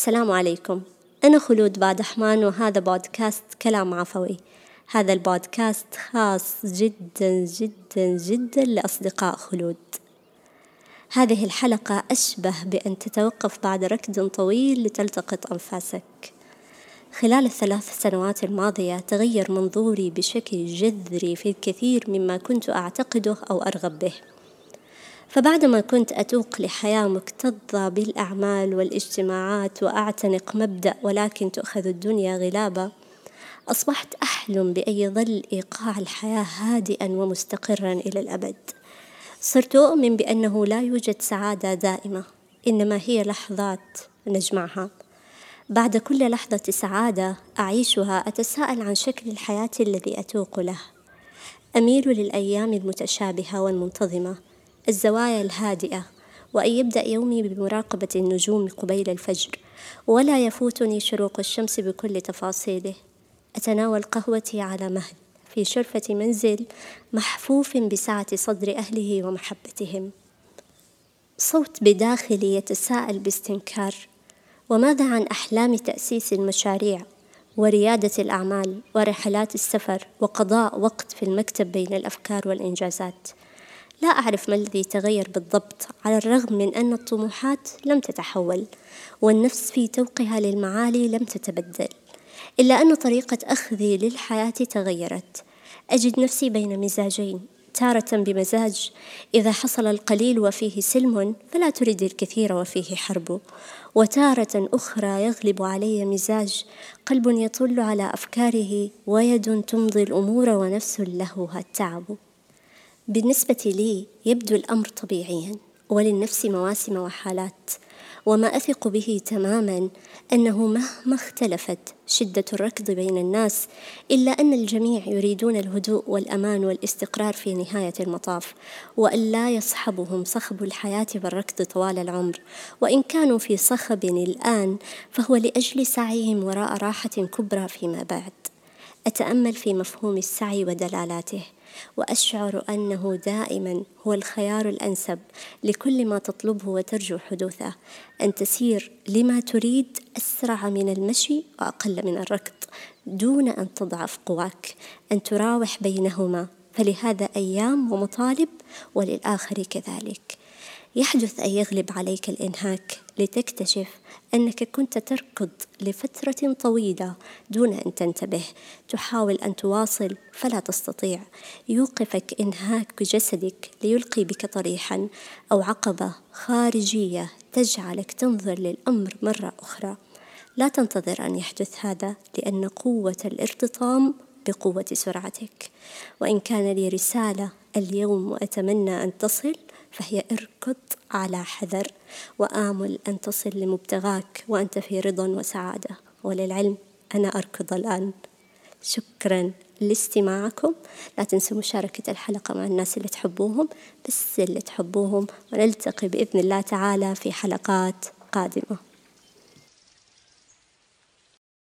السلام عليكم. أنا خلود بادحمان، وهذا بودكاست كلام عفوي. هذا البودكاست خاص جدا جدا جدا لأصدقاء خلود. هذه الحلقة أشبه بأن تتوقف بعد ركض طويل لتلتقط أنفاسك. خلال ال3 سنوات الماضية تغير منظوري بشكل جذري في الكثير مما كنت أعتقده أو أرغب به. فبعدما كنت أتوق لحياة مكتظة بالأعمال والاجتماعات وأعتنق مبدأ ولكن تؤخذ الدنيا غلابة، أصبحت أحلم بأن يظل إيقاع الحياة هادئا ومستقرا إلى الأبد. صرت أؤمن بأنه لا يوجد سعادة دائمة، إنما هي لحظات نجمعها. بعد كل لحظة سعادة أعيشها أتساءل عن شكل الحياة الذي أتوق له. أميل للأيام المتشابهة والمنتظمة، الزوايا الهادئة، وأن يبدأ يومي بمراقبة النجوم قبيل الفجر، ولا يفوتني شروق الشمس بكل تفاصيله. أتناول قهوتي على مهل في شرفة منزل محفوف بسعة صدر أهله ومحبتهم. صوت بداخلي يتساءل باستنكار: وماذا عن أحلام تأسيس المشاريع وريادة الأعمال ورحلات السفر وقضاء وقت في المكتب بين الأفكار والإنجازات؟ لا أعرف ما الذي تغير بالضبط، على الرغم من أن الطموحات لم تتحول والنفس في توقها للمعالي لم تتبدل، إلا أن طريقة أخذي للحياة تغيرت. أجد نفسي بين مزاجين، تارة بمزاج إذا حصل القليل وفيه سلم فلا تريد الكثير وفيه حرب، وتارة أخرى يغلب علي مزاج قلب يطل على أفكاره ويد تمضي الأمور ونفس لهها التعب. بالنسبة لي يبدو الأمر طبيعيا، وللنفس مواسم وحالات، وما أثق به تماما أنه مهما اختلفت شدة الركض بين الناس إلا أن الجميع يريدون الهدوء والأمان والاستقرار في نهاية المطاف، وأن لا يصحبهم صخب الحياة والركض طوال العمر. وإن كانوا في صخب الآن فهو لأجل سعيهم وراء راحة كبرى فيما بعد. أتأمل في مفهوم السعي ودلالاته، وأشعر أنه دائما هو الخيار الأنسب لكل ما تطلبه وترجو حدوثه، أن تسير لما تريد أسرع من المشي وأقل من الركض، دون أن تضعف قواك، أن تراوح بينهما. فلهذا أيام ومطالب، وللآخر كذلك. يحدث أن يغلب عليك الإنهاك لتكتشف أنك كنت تركض لفترة طويلة دون أن تنتبه، تحاول أن تواصل فلا تستطيع. يوقفك إنهاك جسدك ليلقي بك طريحا أو عقبة خارجية تجعلك تنظر للأمر مرة أخرى. لا تنتظر أن يحدث هذا، لأن قوة الارتطام بقوة سرعتك. وإن كان لي رسالة اليوم وأتمنى أن تصل، فهي: اركض على حذر، وآمل أن تصل لمبتغاك وأنت في رضا وسعادة. وللعلم أنا أركض الآن. شكرا لاستماعكم. لا تنسوا مشاركة الحلقة مع الناس اللي تحبوهم، بس اللي تحبوهم، ونلتقي بإذن الله تعالى في حلقات قادمة.